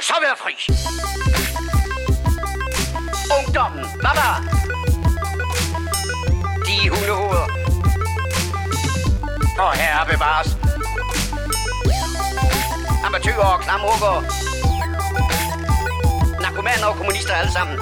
så være fri. Ungdommen, baba. De hundehoveder. Og herre bevares. Amatøger og klamrukker. Narkomaner og kommunister alle sammen.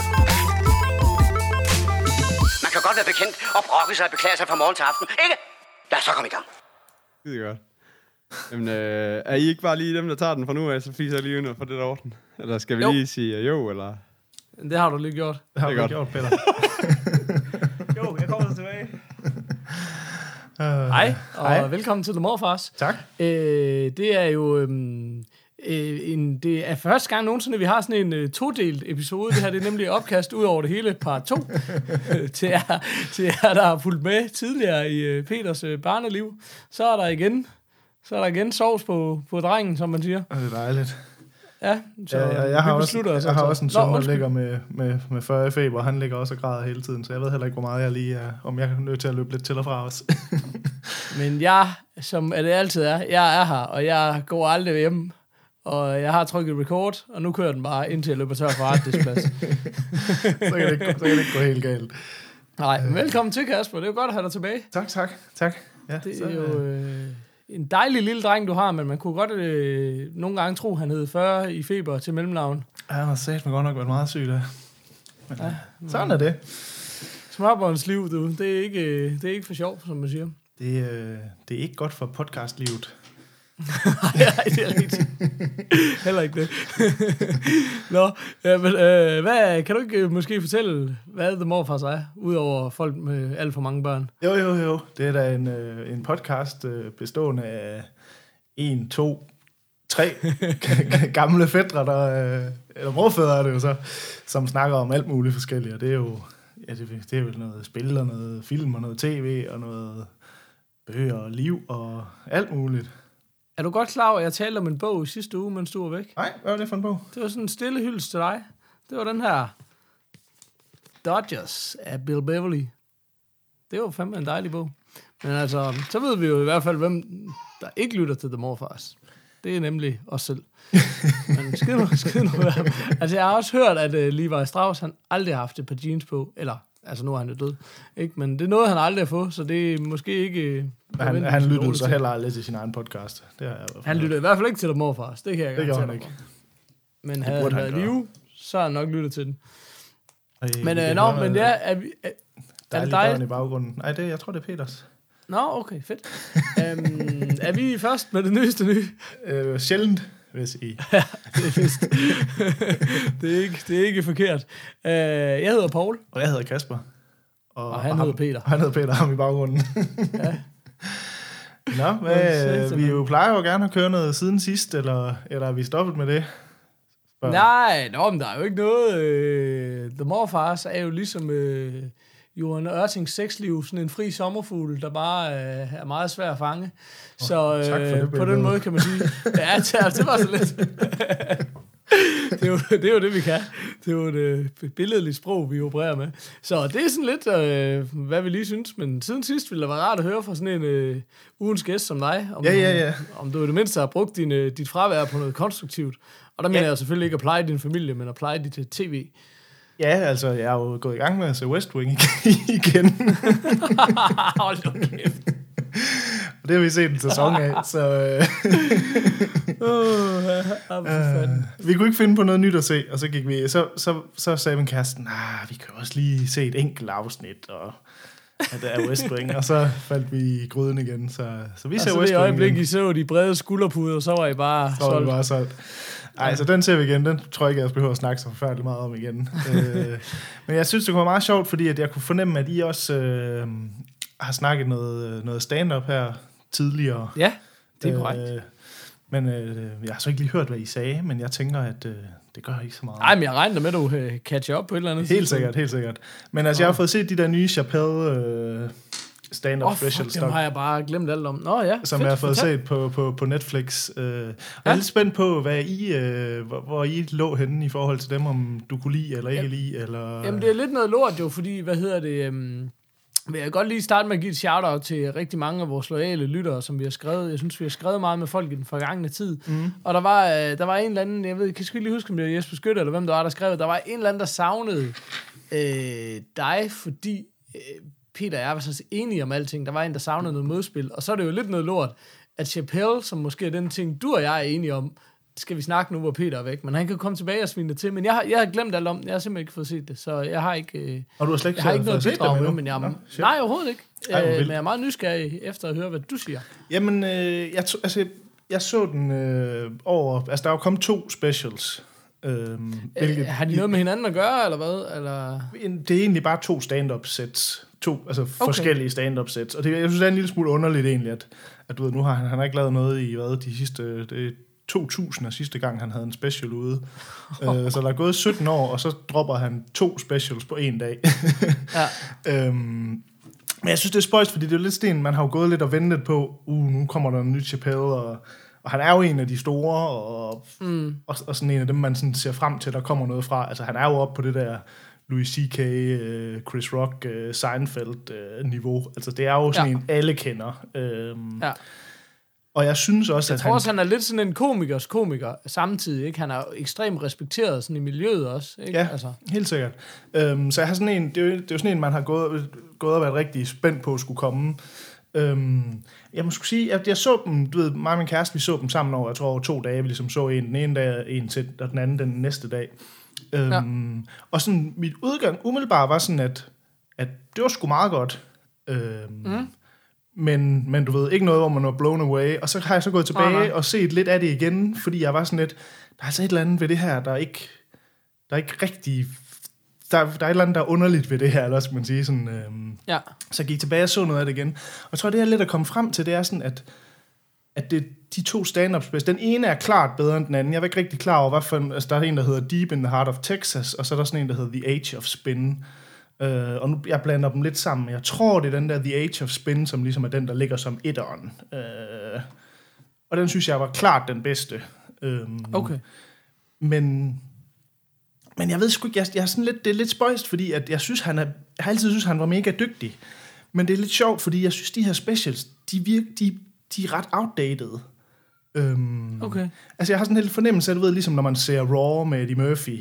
Man kan godt være bekendt og brokke sig og beklage sig fra morgen til aften, ikke? Lad os så komme i gang. Det er godt. Jamen, er I ikke bare lige dem, der tager den fra nu af, så fiser jeg lige under for det der orden? Eller skal vi lige sige jo, eller? Det har du lige gjort. Det har du gjort, Peter. Jo, jeg kommer tilbage. Hej, og velkommen til The Morfars. Tak. Det er jo det er første gang nogensinde, vi har sådan en todelt episode. Det her det er nemlig opkast ud over det hele, part 2, til jer, der har fulgt med tidligere i Peters barneliv. Så er der igen sovs på drengen, som man siger. Det er dejligt. Ja, så jeg har også en søn, der ligger med 40 feber. Han ligger også og græder hele tiden, så jeg ved heller ikke, hvor meget jeg lige er, om jeg er nødt til at løbe lidt til og fra os. Men jeg, som det altid er, jeg er her, og jeg går aldrig hjem. Og jeg har trykket record, og nu kører den bare, indtil jeg løber tør for rettighedsplads. så kan det ikke gå helt galt. Nej, velkommen til, Kasper. Det er jo godt at have dig tilbage. Tak. Ja, det er jo en dejlig lille dreng, du har, men man kunne godt nogle gange tro, han hed 40 i feber til mellemnavn. Ja, han har sagt mig godt nok været meget syg der. Ja, sådan er det. Smørbåndsliv, du. Det er ikke for sjov, som man siger. Det er ikke godt for podcastlivet. Nej, det er rigtigt. Heller ikke det. Nå, men kan du ikke måske fortælle, hvad The Morfars er, udover folk med alt for mange børn? Jo. Det er da en podcast bestående af 1, 2, 3 gamle fætre, eller morfædre er det jo så, som snakker om alt muligt forskelligt. Og det er jo, det er jo noget spil og noget film og noget tv og noget bøger og liv og alt muligt. Er du godt klar over, at jeg talte om en bog i sidste uge, mens du var væk? Nej, hvad var det for en bog? Det var sådan en stille hyldest til dig. Det var den her Dodgers af Bill Beverly. Det var fandme en dejlig bog. Men altså, så ved vi jo i hvert fald, hvem der ikke lytter til The Morfars. Det er nemlig os selv. Men skid nu. Altså, jeg har også hørt, at Levi Strauss, han aldrig har haft et par jeans på. Eller, altså nu er han jo død. Ikke? Men det er noget, han aldrig har fået, så det er måske ikke... Han lyttede så heller aldrig til sin egen podcast. Han lyttede i hvert fald ikke til The Morfars. Det kan jeg garantere dig. Men havde han været live, så har han nok lyttet til den. Men ja, er det dig? Børn i baggrunden. Nej, jeg tror, det er Peters. Nå, okay, fedt. Er vi først med det nyeste nye? Sjældent, vil jeg sige. Ja, det er vist. det er ikke forkert. Jeg hedder Paul. Og jeg hedder Kasper. Og han hedder Peter. Han hedder Peter, ham i baggrunden. Ja. Nå, vi jo plejer jo gerne at køre noget siden sidst, eller er vi stoppet med det? Nej, men der er jo ikke noget. The Morfars er jo ligesom Johan Ørtings sexliv, sådan en fri sommerfugl, der bare er meget svær at fange. Så på den måde kan man sige, ja, det var så lidt. Det er jo det, vi kan. Det er jo et billedligt sprog, vi opererer med. Så det er sådan lidt, hvad vi lige synes. Men siden sidst ville det være rart at høre fra sådan en ugens gæst som dig. Om du i det mindste har brugt dit fravær på noget konstruktivt. Og der mener jeg selvfølgelig ikke at pleje din familie, men at pleje dit tv. Ja, altså, jeg er jo gået i gang med at se West Wing igen. Hold nu kæft. Det har vi set en sæson af, så... vi kunne ikke finde på noget nyt at se, og så gik vi... Så sagde min kæreste, vi kan også lige se et enkelt afsnit, og det er West Wing, og så faldt vi i gryden igen, så vi ser West Wing. Og så det øjeblik, I så de brede skulderpuder, så var I bare solgt. Ej, så den ser vi igen. Den tror jeg ikke, jeg behøver at snakke så forfærdeligt meget om igen. Men jeg synes, det var meget sjovt, fordi at jeg kunne fornemme, at I også har snakket noget stand-up her tidligere. Ja, det er korrekt. Men jeg har så ikke lige hørt, hvad I sagde, men jeg tænker, at det gør ikke så meget. Nej, men jeg regner med, at du catcher op på et eller andet. Helt sikkert. Men altså, jeg har fået set de der nye Chappelle stand-up specials. Dem har jeg bare glemt alt om. Nå ja, som jeg har fået set på Netflix. Jeg er lidt spændt på, hvad hvor I lå henne i forhold til dem, om du kunne lide eller ikke lide. Eller... Jamen, det er lidt noget lort jo, fordi, vil jeg godt lige starte med at give et shout-out til rigtig mange af vores loyale lyttere, som vi har skrevet. Jeg synes, vi har skrevet meget med folk i den forgangne tid. Og der var en eller anden, jeg ved, kan jeg lige huske, om det var Jesper Skytte, eller hvem der var, der skrev, der var en eller anden, der savnede dig, fordi Peter og jeg var så enige om alting. Der var en, der savnede noget modspil. Og så er det jo lidt noget lort, at Chappelle, som måske er den ting, du og jeg er enige om, skal vi snakke nu, hvor Peter er væk. Men han kan komme tilbage og svine det til. Men jeg har glemt alt om. Jeg har simpelthen ikke fået set det. Så jeg har ikke... Og du har slet ikke, jeg har ikke noget set bidrag det med, men jeg... Nej, overhovedet ikke. Men jeg er meget nysgerrig efter at høre, hvad du siger. Jamen, jeg så den over... Altså, der er jo kommet 2 specials. Har de noget med hinanden at gøre, eller hvad? Eller? Det er egentlig bare 2 stand-up sets. 2 forskellige stand-up sets. Og jeg synes, det er en lille smule underligt egentlig, at du ved, nu har han har ikke lavet noget i de sidste... Det 2000 er sidste gang, han havde en special ude. Så der er gået 17 år, og så dropper han 2 specials på en dag. Ja. Men jeg synes, det er spøjst, fordi det er lidt sten, man har jo gået lidt og ventet på, nu kommer der en ny Chappelle, og han er jo en af de store, og sådan en af dem, man sådan ser frem til, der kommer noget fra. Altså, han er jo oppe på det der Louis C.K., Chris Rock, Seinfeld niveau. Altså, det er jo sådan en, alle kender. Ja. Og jeg synes også, jeg tror også, han er lidt sådan en komikers komiker samtidig, ikke? Han er ekstremt respekteret sådan i miljøet også, ikke? Ja, altså. Helt sikkert. Så jeg har sådan en, det er jo sådan en, man har gået og været rigtig spændt på at skulle komme. Jeg må sige, at jeg så dem, du ved, mig og min kæreste, vi så dem sammen over, jeg tror over 2 dage, vi ligesom så en den ene dag, en til, og den anden den næste dag. Og sådan, mit udgang umiddelbart var sådan, at det var sgu meget godt. Men du ved, ikke noget, hvor man var blown away. Og så har jeg så gået tilbage og set lidt af det igen, fordi jeg var sådan lidt, der er altså et eller andet ved det her, der er ikke rigtig... Der er et eller andet, der er underligt ved det her, eller skal man sige. Sådan, Så jeg gik tilbage og så noget af det igen. Og jeg tror, det er lidt at komme frem til, det er sådan, at det, de 2 stand-up-specials, den ene er klart bedre end den anden. Jeg var ikke rigtig klar over, hvad for altså, der er en, der hedder Deep in the Heart of Texas, og så er der sådan en, der hedder The Age of Spin. Og nu jeg blander dem lidt sammen. Jeg tror, det er den der The Age of Spin, som ligesom er den, der ligger som etteren. Og den synes jeg var klart den bedste. Okay. Men jeg ved sgu ikke, jeg er sådan lidt, det er lidt spøjst, fordi at jeg synes, jeg har altid synes, han var mega dygtig. Men det er lidt sjovt, fordi jeg synes, de her specials, de er ret outdated. Okay. Altså jeg har sådan en helt fornemmelse af, du ved, ligesom når man ser Raw med Eddie Murphy,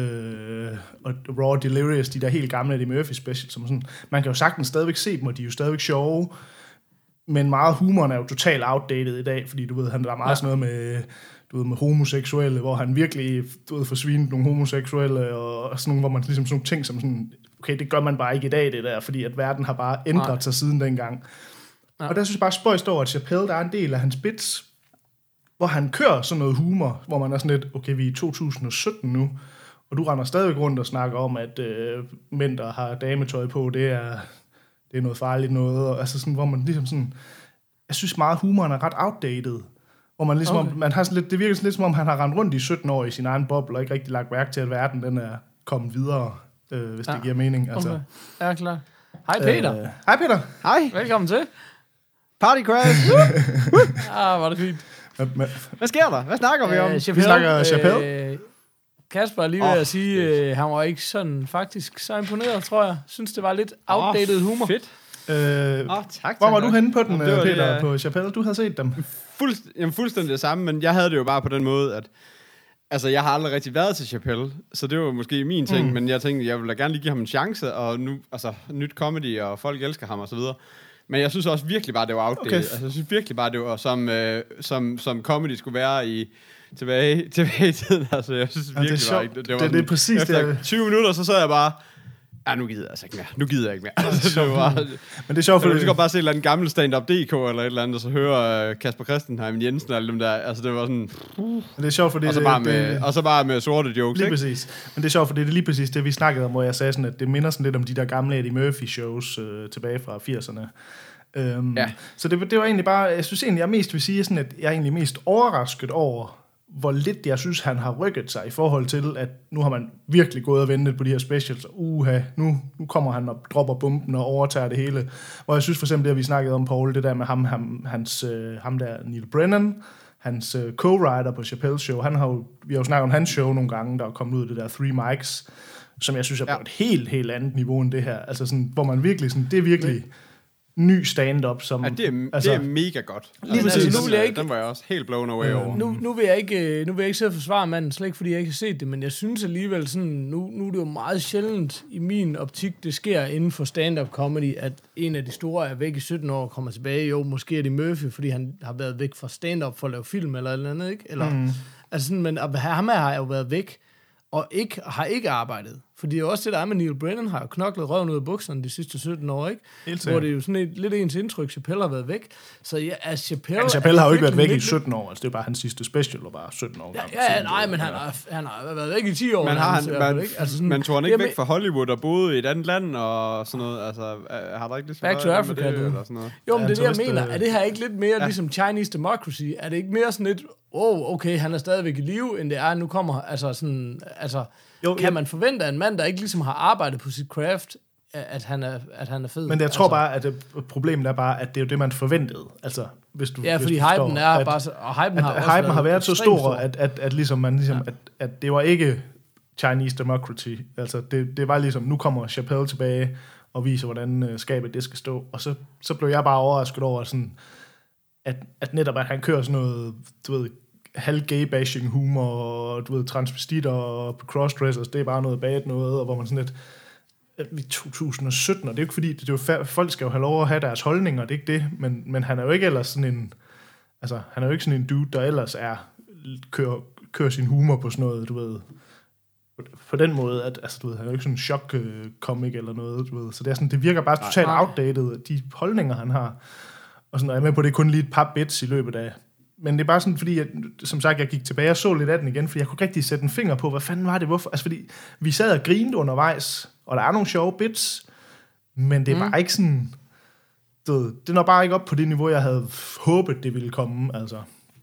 og Raw Delirious, de der helt gamle Eddie Murphy specials, som sådan, man kan jo sagtens stadigvæk se dem, og de er jo stadigvæk sjove, men meget humoren er jo totalt outdated i dag, fordi du ved, der er meget sådan noget med, du ved, med homoseksuelle, hvor han virkelig, du ved, forsviner nogle homoseksuelle, og sådan nogle, hvor man ligesom sådan nogle ting som sådan, okay, det gør man bare ikke i dag, det der, fordi at verden har bare ændret sig siden dengang. Ja. Og der synes jeg bare spøjst over, at Chappelle, der er en del af hans bits, hvor han kører sådan noget humor, hvor man er sådan lidt, okay, vi er i 2017 nu, og du render stadigvæk rundt og snakker om, at mænd, der har dametøj på, det er noget farligt noget, og altså sådan, hvor man ligesom sådan, jeg synes meget humoren er ret outdated, hvor man ligesom, man har sådan lidt, det virker sådan lidt som om, han har rendt rundt i 17 år i sin egen boble, og ikke rigtig lagt mærke til, at verden, den er kommet videre, hvis det giver mening. Altså. Okay. Ja, klar. Hej Peter. Hej Peter. Hej. Velkommen til. Party crash. Var det fint. Hvad sker der? Hvad snakker vi om? Vi snakker Chappelle. Kasper er lige ved at sige, han var ikke sådan faktisk så imponeret, tror jeg. Synes, det var lidt outdated humor. Fedt. Tak. Hvor var du henne på den, Peter, på Chappelle? Du havde set dem. Fuldstændig det samme, men jeg havde det jo bare på den måde, at altså, jeg har aldrig rigtig været til Chappelle, så det var måske min ting, men jeg tænkte, jeg ville da gerne lige give ham en chance, og nu, altså, nyt comedy, og folk elsker ham, og så videre. Men jeg synes også virkelig bare, det var outdated. Okay. Altså, jeg synes virkelig bare, det var som comedy skulle være tilbage i tiden. Altså, jeg synes virkelig bare, det er præcis efter det. 20 minutter, så sad jeg bare, nu gider jeg altså ikke mere. Altså, det var, men det er sjovt, for du skal bare se et eller andet gammel stand-up.dk eller et eller andet, og så høre Kasper Christenheim Jensen og alle dem der. Altså, det var sådan... Men det er sjovt, fordi og så bare med sorte jokes, lige præcis. Men det er sjovt, fordi det er lige præcis det, vi snakkede om, hvor jeg sagde sådan, at det minder sådan lidt om de der gamle Eddie Murphy-shows tilbage fra 80'erne. Så det var egentlig bare... Jeg synes egentlig, jeg mest vil sige, sådan, at jeg er egentlig mest overrasket over, hvor lidt jeg synes, han har rykket sig i forhold til, at nu har man virkelig gået og ventet på de her specials. Nu kommer han og dropper bomben og overtager det hele. Hvor jeg synes for eksempel, det vi snakkede om, Paul, det der med ham der Neil Brennan, hans co-writer på Chappelle's show, vi har jo snakket om hans show nogle gange, der er kommet ud af det der Three Mics, som jeg synes er på et helt andet niveau end det her. Altså sådan, hvor man virkelig sådan, det er virkelig ny stand-up, som... Ja, det er mega godt. Den var jeg også helt blown away over. Nu vil jeg ikke sidde og forsvare manden, slet ikke fordi jeg ikke har set det, men jeg synes alligevel sådan, nu er det jo meget sjældent i min optik, det sker inden for stand-up comedy, at en af de store er væk i 17 år og kommer tilbage. Jo, måske er det Murphy, fordi han har været væk fra stand-up for at lave film eller et eller andet, ikke? Eller, altså sådan, men ham her har jo været væk, og har ikke arbejdet. Fordi det er også det, der er med Neil Brennan, har jo knoklet røven ud af bukserne de sidste 17 år, ikke? Hvor det er jo sådan lidt ens indtryk, Chappelle har været væk. Så ja, Chappelle har jo ikke været væk i 17 år, altså det er bare hans sidste special, og bare 17 år. Nej, men han har været væk i 10 år. Men tog han ikke væk fra Hollywood og boede i et andet land og sådan noget? Altså, har der ikke lidt Back to Africa, det? Eller sådan noget? Jo, men det er det, jeg mener. Er det her ikke lidt mere ligesom Chinese Democracy? Er det ikke mere sådan lidt, okay, han er stadigvæk i live, end det er, nu kommer, kan man forvente af en mand, der ikke ligesom har arbejdet på sit craft, at han er fed? Men jeg tror bare, at problemet er bare, at det er jo det, man forventede. Altså, hvis du, fordi hypen er bare... Og hypen har været så stor, at ligesom man ligesom, at det var ikke Chinese Democracy. Altså, det var ligesom, nu kommer Chappelle tilbage og viser, hvordan skabet det skal stå. Og så blev jeg bare overrasket over sådan, at netop, at han kører sådan noget, du ved, halv-gay-bashing humor, og du ved, transvestitter og crossdressers, det er bare noget bad noget, og hvor man sådan lidt, i 2017, og det er jo ikke fordi, det er jo, folk skal jo have lov at have deres holdninger, det er ikke det, men han er jo ikke ellers sådan en, altså, han er jo ikke sådan en dude, der ellers kører sin humor på sådan noget, du ved, på den måde, at altså, du ved, han er jo ikke sådan en chok-comic eller noget, du ved, så det er sådan, det virker bare totalt outdated, de holdninger, han har, og sådan, og jeg er med på, det er kun lige et par bits i løbet af. Men det er bare sådan, fordi, som sagt, jeg gik tilbage og så lidt af den igen, fordi jeg kunne ikke rigtig sætte en finger på, hvad fanden var det, hvorfor? Altså, fordi vi sad og grinede undervejs, og der er nogle sjove bits, men det er bare ikke sådan... Det når bare ikke op på det niveau, jeg havde håbet, det ville komme, altså.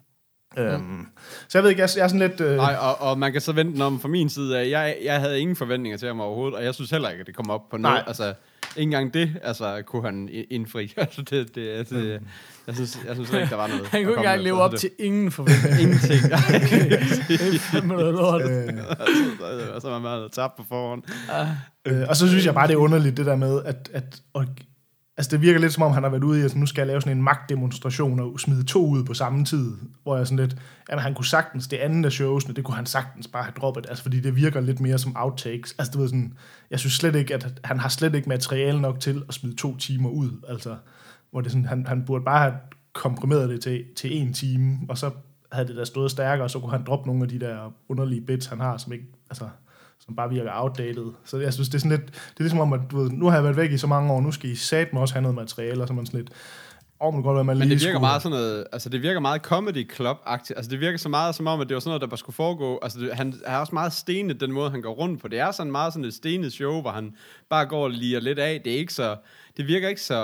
Så jeg ved ikke, jeg er sådan lidt... Nej, og man kan så vente den om fra min side af. Jeg havde ingen forventninger til ham overhovedet, og jeg synes heller ikke, at det kom op på noget. Nej. Altså, ikke engang det, altså, kunne han indfri. Altså, jeg synes ikke, der var noget. Han kunne ikke engang leve op til ingen forventninger. Ingenting. Det er fandme noget lort. Så var man tabt på forhånd. Og så synes jeg bare, det er underligt, det der med, at altså det virker lidt som om, han har været ude i, at nu skal jeg lave sådan en magtdemonstration og smide 2 ud på samme tid, hvor jeg sådan lidt, jamen han kunne sagtens, det andet af showsene, det kunne han sagtens bare have droppet, altså fordi det virker lidt mere som outtakes. Altså du ved sådan, jeg synes slet ikke, at han har slet ikke materiale nok til at smide 2 timer ud, altså hvor det sådan, han burde bare have komprimeret det til 1 time, og så havde det der stået stærkere, og så kunne han droppe nogle af de der underlige bits, han har, som ikke, altså som bare virker outdated. Så jeg synes, det er sådan lidt, det er ligesom om, at du ved, nu har jeg været væk i så mange år, nu skal I satme også have noget materiale, og så man sådan lidt, men godt, man men det virker meget sådan noget, altså det virker meget comedy club-agtigt, altså det virker så meget som om, at det var sådan noget, der bare skulle foregå, altså han er også meget stenet, den måde, han går rundt på. Det er sådan meget sådan et stenet show, hvor han bare går og liger lidt af. Det er ikke så, det virker ikke så,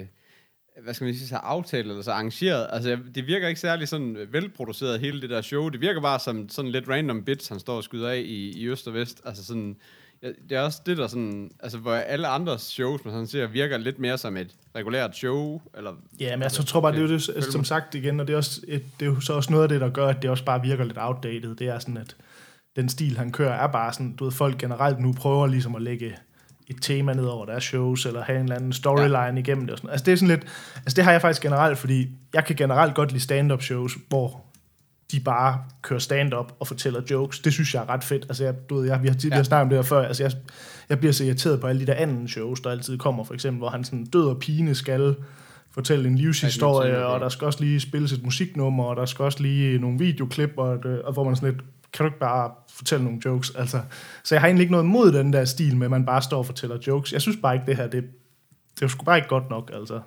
hvad skal man sige, så aftalt eller så arrangeret. Altså, det virker ikke særlig sådan velproduceret, hele det der show. Det virker bare som sådan lidt random bits, han står og skyder af i øst og vest. Altså sådan, det er også det der sådan, altså hvor alle andre shows, man sådan ser, virker lidt mere som et regulært show, eller... Ja, men jeg tror bare, det er jo det, som sagt igen, og det er jo så også noget af det, der gør, at det også bare virker lidt outdated. Det er sådan, at den stil, han kører, er bare sådan, du ved, folk generelt nu prøver ligesom at lægge et tema ned over deres shows, eller have en eller anden storyline igennem det og sådan. Altså det er sådan lidt, altså det har jeg faktisk generelt, fordi jeg kan generelt godt lide stand-up shows, hvor de bare kører stand-up og fortæller jokes. Det synes jeg er ret fedt. Altså vi har tidligere snakket om det her før. Altså jeg bliver så irriteret på alle de der anden shows, der altid kommer, for eksempel, hvor han sådan død og pine skal fortælle en livshistorie, og der skal også lige spilles et musiknummer, og der skal også lige nogle videoklip, og hvor man sådan lidt, kan du ikke bare fortælle nogle jokes? Altså, så jeg har egentlig ikke noget imod den der stil med, at man bare står og fortæller jokes. Jeg synes bare ikke, det her, det er sgu bare ikke godt nok, altså.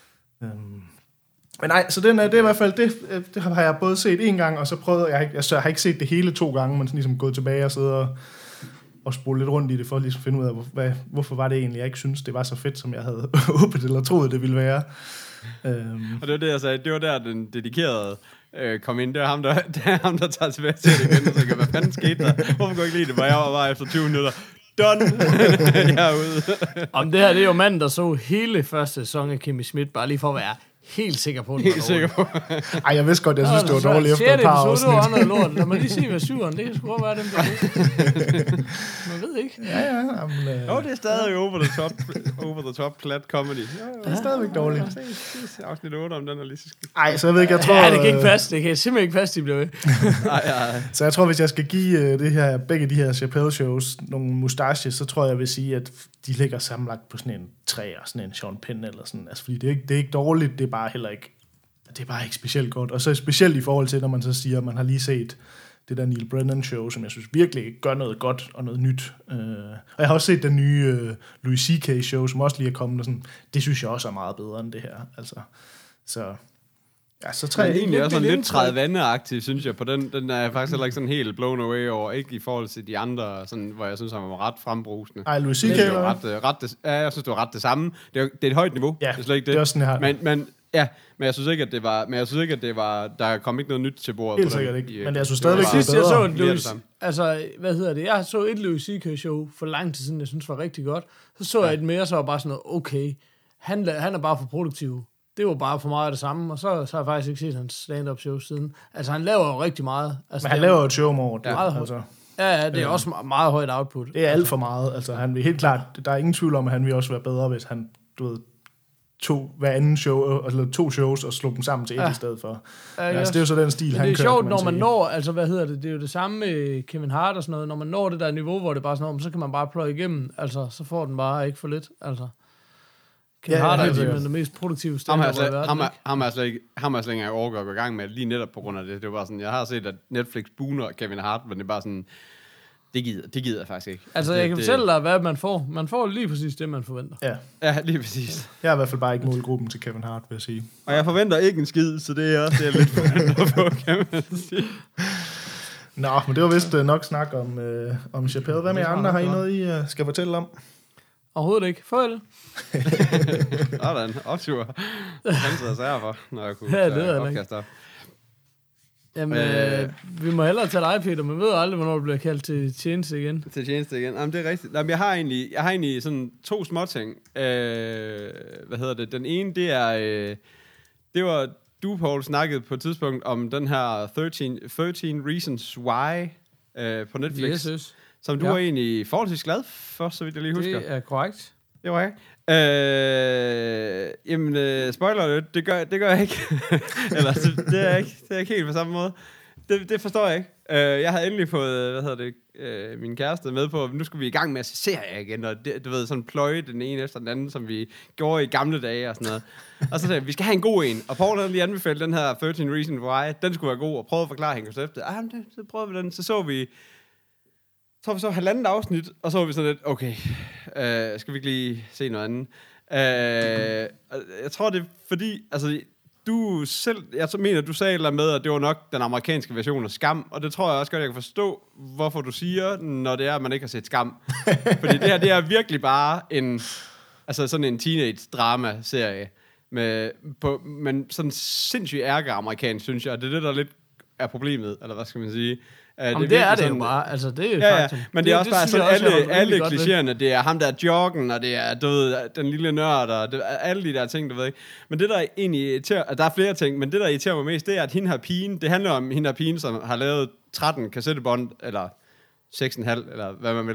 Men nej, så det er i hvert fald, det har jeg både set 1 gang, og så prøvet, jeg har ikke set det hele 2 gange, men sådan ligesom gået tilbage og siddet og spole lidt rundt i det, for at ligesom finde ud af, hvorfor var det egentlig, jeg ikke synes, det var så fedt, som jeg havde håbet eller troet, det ville være. Og det var det, jeg sagde, det var der, den dedikerede kom ind. Det er ham, der tager tilbage til det igen, og så kan, hvad fanden skete der? Hvorfor kunne jeg ikke lide det? Hvor jeg var efter 20 minutter. Done! Herude. Om det her, det er jo manden, der så hele første sæson af Kimmy Schmidt, bare lige for at være helt sikker på, Helt sikker på. Ej, jeg vidste godt, jeg synes, det var dårligt efter et par afsnit. Det var noget lort. Lad mig lige se, hvad 7'eren, det kan sgu godt være dem, der ved. Man ved ikke. Ja. Det er stadig over the top plat comedy. Det er stadigvæk dårligt. Afsnit 8 om den er lige så skidt. Ej, så jeg ved ikke, jeg tror... Ja, det kan ikke passe. Det kan simpelthen ikke passe, de bliver ved. Så jeg tror, hvis jeg skal give begge de her Chappelle-shows nogle mustache, så tror jeg, vil sige, at de ligger sammenlagt på sådan en 3'er, sådan en Sean Penn eller sådan. Altså, fordi det er ikke dårligt, det er bare heller ikke... Det er bare ikke specielt godt. Og så specielt i forhold til, når man så siger, at man har lige set det der Neil Brennan show, som jeg synes virkelig gør noget godt og noget nyt. Og jeg har også set den nye Louis C.K. show, som også lige er kommet, og sådan, det synes jeg også er meget bedre end det her. Altså, så... Ja, så 3. Det er egentlig også lidt trædvandeagtigt, synes jeg, på den. Den er jeg faktisk heller ikke sådan helt blown away over, ikke i forhold til de andre, sådan, hvor jeg synes, han var ret frembrusende. Ej, Louis C.K. Jeg synes, det var ret det samme. Det er et højt niveau. Ja, det er slet ikke det er også sådan her. Men jeg synes ikke, at det var, der kom ikke noget nyt til bordet. Helt sikkert ikke. Men jeg synes stadigvæk, det er bedre. Jeg så et Louis C.K. show for lang tid siden, jeg synes var rigtig godt. Så jeg et mere, så var bare sådan noget, okay, han er bare for produktiv. Det var bare for meget af det samme, og så har jeg faktisk ikke set hans stand-up show siden. Altså, han laver jo rigtig meget. Altså, men han laver jo et show om året. Ja, det er også meget højt output. Det er alt for meget. Altså, han vil helt klart, der er ingen tvivl om, at han vil også være bedre, hvis han, tog hver anden show, eller 2 shows, og slog dem sammen til et i stedet for. Altså, det er jo så den stil, han kører. Det er sjovt, når man når, altså, det er jo det samme med Kevin Hart og sådan noget, når man når det der niveau, hvor det bare sådan noget, så kan man bare pløje igennem, altså, så får den bare ikke for lidt, altså. Kevin Hart er det mest produktive stand-up i verden. Ham er slet ikke overgået at gå i gang med, lige netop på grund af det. Det var bare sådan, jeg har set, at Netflix booner Kevin Hart, men det er bare sådan, det gider jeg faktisk ikke. Altså, jeg kan fortælle dig, hvad man får. Man får lige præcis det, man forventer. Ja, lige præcis. Jeg er i hvert fald bare ikke målgruppen til Kevin Hart, vil jeg sige. Og jeg forventer ikke en skid, så det er også det, jeg lidt forventer på, kan man sige. Nå, men det var vist nok snak om Chappelle. Hvad med andre? Har I noget, I skal fortælle om? Overhovedet ikke. Farvel. Sådan, optur. Han sidder særlig for, når jeg kunne tage opkast op. Jamen, vi må hellere tage dig, Peter. Man ved aldrig, hvornår du bliver kaldt til tjeneste igen. Til tjeneste igen. Jamen, det er rigtigt. Jamen, jeg har egentlig sådan 2 småting. Den ene, det er... det var... Du, Paul, snakkede på et tidspunkt om den her 13 Reasons Why på Netflix. Yes. Som du er egentlig forholdsvis glad for, så vidt jeg lige husker. Det er korrekt. Det var jeg. Spoiler alert, det gør jeg ikke. Eller, det er ikke helt på samme måde. Det forstår jeg ikke. Jeg havde endelig fået, min kæreste med på, nu skal vi i gang med at se serier igen, og det, du ved, sådan pløje den ene efter den anden, som vi gjorde i gamle dage og sådan noget. Og så sagde jeg, vi skal have en god en. Og Paul havde lige anbefalet den her 13 Reasons Why. Den skulle være god, og prøvede at forklare hende konceptet. Så prøvede vi den, så vi halvandet afsnit, og så var vi sådan lidt, okay, skal vi ikke lige se noget andet? Jeg tror, det er fordi, altså, jeg mener, du sagde eller med, at det var nok den amerikanske version af Skam, og det tror jeg også godt, jeg kan forstå, hvorfor du siger, når det er, at man ikke har set Skam. Fordi det her, det er virkelig bare sådan en teenage-drama-serie, men sådan sindssygt ærger-amerikansk, synes jeg, og det er det, der lidt er problemet, eller hvad skal man sige? Jamen, det er det jo bare. Altså, det er jo faktum. Men det er også bare sådan, alle klichéerne, det er ham, der er joggen, og det er den lille nørd, og det er alle de der ting, du ved ikke. Men det, der egentlig irriterer, der er flere ting, men det, der irriterer mig mest, det er, at hende her pigen, det handler om hende her pigen, som har lavet 13 kassettebånd, eller 6,5, eller hvad man vil,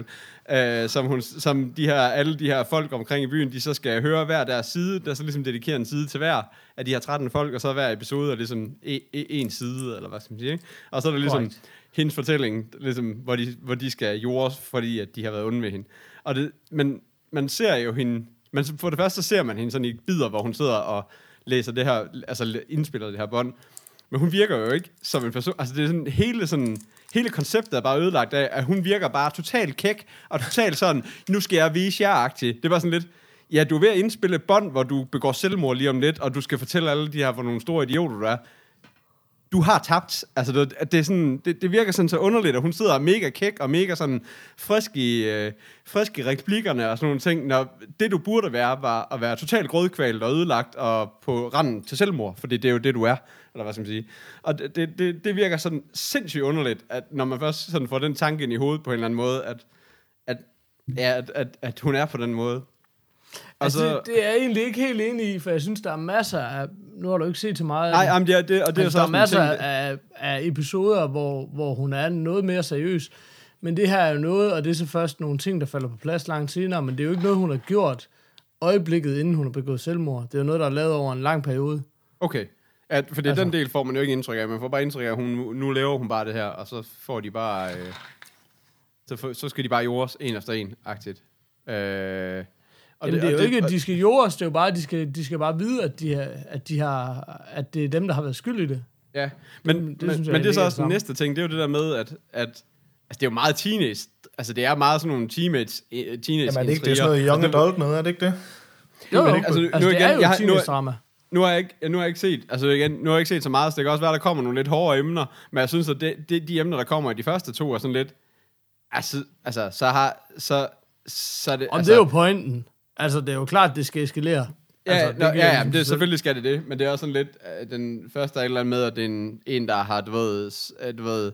som alle de her folk omkring i byen, de så skal høre hver deres side, der så ligesom dedikerer en side til hver af de her 13 folk, og så hver episode er ligesom en side, eller hvad skal man sige, ikke? Og så er der ligesom hendes fortælling, ligesom, hvor de skal jordes, fordi at de har været onde ved hende. Men man ser jo hende, men for det første så ser man hende sådan i bidder, hvor hun sidder og læser det her, altså indspiller det her bånd. Men hun virker jo ikke som en person, altså det er hele konceptet er bare ødelagt af, at hun virker bare totalt kæk, og totalt sådan, nu skal jeg vise jer-agtig. Det er bare sådan lidt, ja, du er ved at indspille et bånd, hvor du begår selvmord lige om lidt, og du skal fortælle alle de her, hvor nogle store idioter du er. Du har tabt. Altså, det er sådan, det virker sådan så underligt, at hun sidder mega kæk og mega sådan frisk i replikkerne og sådan nogle ting, når det, du burde være, var at være totalt grådkvalt og ødelagt og på randen til selvmord, for det er jo det, du er, eller hvad skal man sige. Og det virker sådan sindssygt underligt, at når man først sådan får den tanke ind i hovedet på en eller anden måde, at hun er på den måde. Altså, det er jeg egentlig ikke helt enig i, for jeg synes, der er masser af... Nu har du ikke set til meget. Nej, jamen, det er altså, så der er masser af episoder, hvor hun er noget mere seriøs. Men det her er jo noget, og det er så først nogle ting, der falder på plads langt senere, men det er jo ikke noget, hun har gjort øjeblikket, inden hun har begået selvmord. Det er jo noget, der er lavet over en lang periode. Okay. For det den del får man jo ikke indtryk af. Man får bare indtryk af, at nu laver hun bare det her, og så får de bare... så skal de bare jordes en efter en-agtigt. Og det er jo ikke, at de skal jordes, det er jo bare, de skal bare vide, at det er dem, der har været skyld i det. Ja, men det er så også den næste ting, det er jo det der med, at altså, det er jo meget teenage, altså det er meget sådan nogle teenage jamen er det ikke det sådan noget young adult noget, er det ikke det? Jo, altså det er jo teenage-drama. Nu har jeg ikke set så meget, så det kan også være, der kommer nogle lidt hårdere emner, men jeg synes, at de emner, der kommer i de første to, er sådan lidt, altså så er det... Og det er jo pointen. Altså, det er jo klart, det skal eskalere. Ja, altså, det selvfølgelig skal det, men det er også sådan lidt, den første er et eller andet med, at det er en der har, du ved,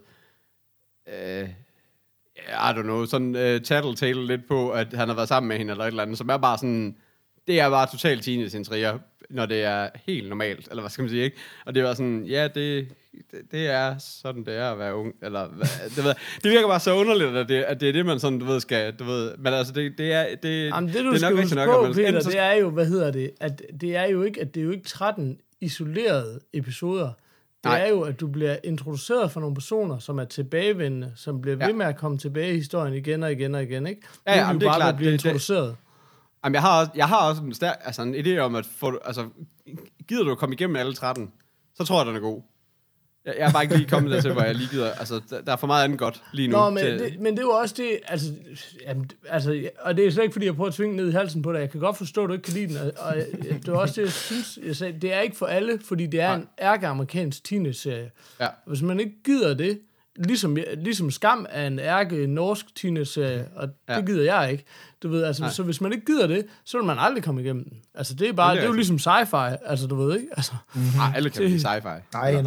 I don't know, sådan tattletale lidt på, at han har været sammen med hende, eller et eller andet, som er bare sådan, det er bare totalt teenage-intriger, når det er helt normalt, eller hvad skal man sige, ikke? Og det var sådan, ja, det er sådan, det er at være ung, eller det virker bare så underligt, at det er det, man sådan, du ved, skal, du ved, men altså, det er Jamen, det er nok rigtig nok, på, Peter, det er jo, at det er jo ikke 13 isolerede episoder. Det er jo, at du bliver introduceret for nogle personer, som er tilbagevendende, som bliver ved med at komme tilbage i historien igen og igen og igen, ikke? Ja, jamen, det er klart. Bliver introduceret. Jamen, jeg har også en idé om, at gider du at komme igennem alle 13, så tror jeg, den er god. Jeg er bare ikke lige kommet dertil, hvor jeg lige gider. Altså, der er for meget andet godt lige nu. Nå, men det er jo også det, altså, og det er slet ikke, fordi jeg prøver at tvinge ned i halsen på dig. Jeg kan godt forstå, at du ikke kan lide den, og det er også det, jeg synes, jeg sagde, det er ikke for alle, fordi det er en ærke-amerikansk teenage-serie. Ja. Hvis man ikke gider det, ligesom Skam er en ærke-norsk teenage-serie, og det gider jeg ikke. Du ved, altså, så hvis man ikke gider det, så vil man aldrig komme igennem den. Altså, det er bare, det er jo ligesom sci-fi, altså, du ved ikke? Altså, nej, alle kan blive sci-fi. Nej.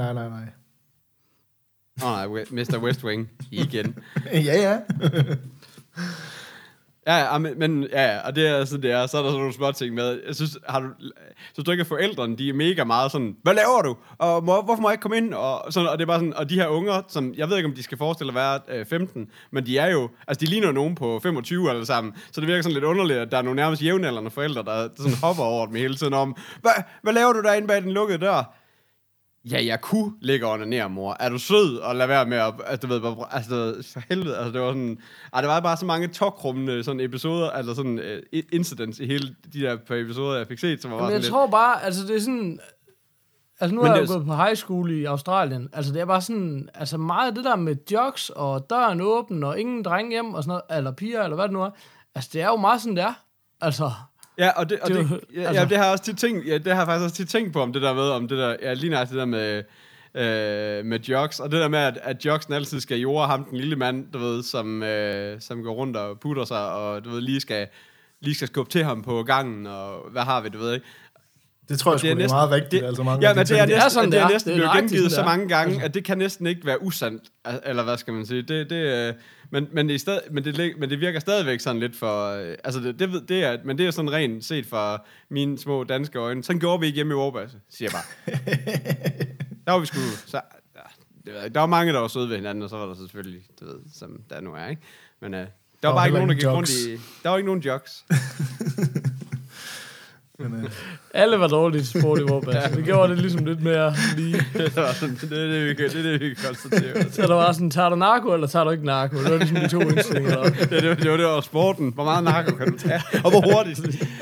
Nej, Mr. West Wing igen. Ja. Og det er altså det er. Så er der sådan nogle små ting med. Jeg synes, du ikke, at forældrene, de er mega meget sådan, hvad laver du? Og hvorfor må jeg ikke komme ind? Og sådan, og det er bare sådan, og de her unger, som jeg ved ikke, om de skal forestille at være 15, men de er jo, altså de ligner nogen på 25 alle sammen. Så det virker sådan lidt underligt, at der er nogle nærmest jævnaldrende forældre, der sådan hopper over dem hele tiden om, hvad laver du derinde bag den lukkede dør? Ja, jeg kunne ligge og onanere, mor. Er du sød og lade være med at, du ved, altså, for helvede, altså, det var sådan, det var bare så mange tokrummende sådan episoder, eller sådan incidents i hele de der par episoder, jeg fik set, som var sådan jeg lidt... tror bare, altså det er sådan, altså nu har jeg jo gået på high school i Australien, altså det er bare sådan, altså meget det der med jokes og døren åben og ingen drenge hjem og sådan noget, eller piger, eller hvad det nu er, altså det er jo meget sådan, det er, altså... Ja, og det har jeg også tit tænkt, det har jeg faktisk også tit tænkt på, om det der med, om det der, lige nøjagtigt det der med jokes, og det der med, at jokesen altid skal jorde ham, den lille mand, du ved, som går rundt og putter sig, og du ved, lige skal skubbe til ham på gangen, og hvad har vi, du ved ikke. Det tror jeg sgu, det er meget rigtigt. Altså mange men det er næsten blevet gengivet så der. mange gange, at det kan næsten ikke være usandt, eller hvad skal man sige. Men det virker stadigvæk sådan lidt for... Altså, men det er sådan rent set for mine små danske øjne. Sådan gjorde vi ikke hjemme i Vorbasse, siger jeg bare. Der var vi sgu... der var mange, der var søde ved hinanden, og så var der selvfølgelig, du ved, som der nu er, ikke? Men der var bare ikke nogen, der gik rundt i... Der var ikke nogen jokes. Alle var dårlige til sport i Vorbasse. Det gjorde det ligesom lidt mere lige. Det er det, vi kan konstatere. Så der var sådan, tager du narko, eller tager du ikke narko? Det var ligesom de to indstillinger. Det var sporten. Hvor meget narko kan du tage? Og hvor hurtigt?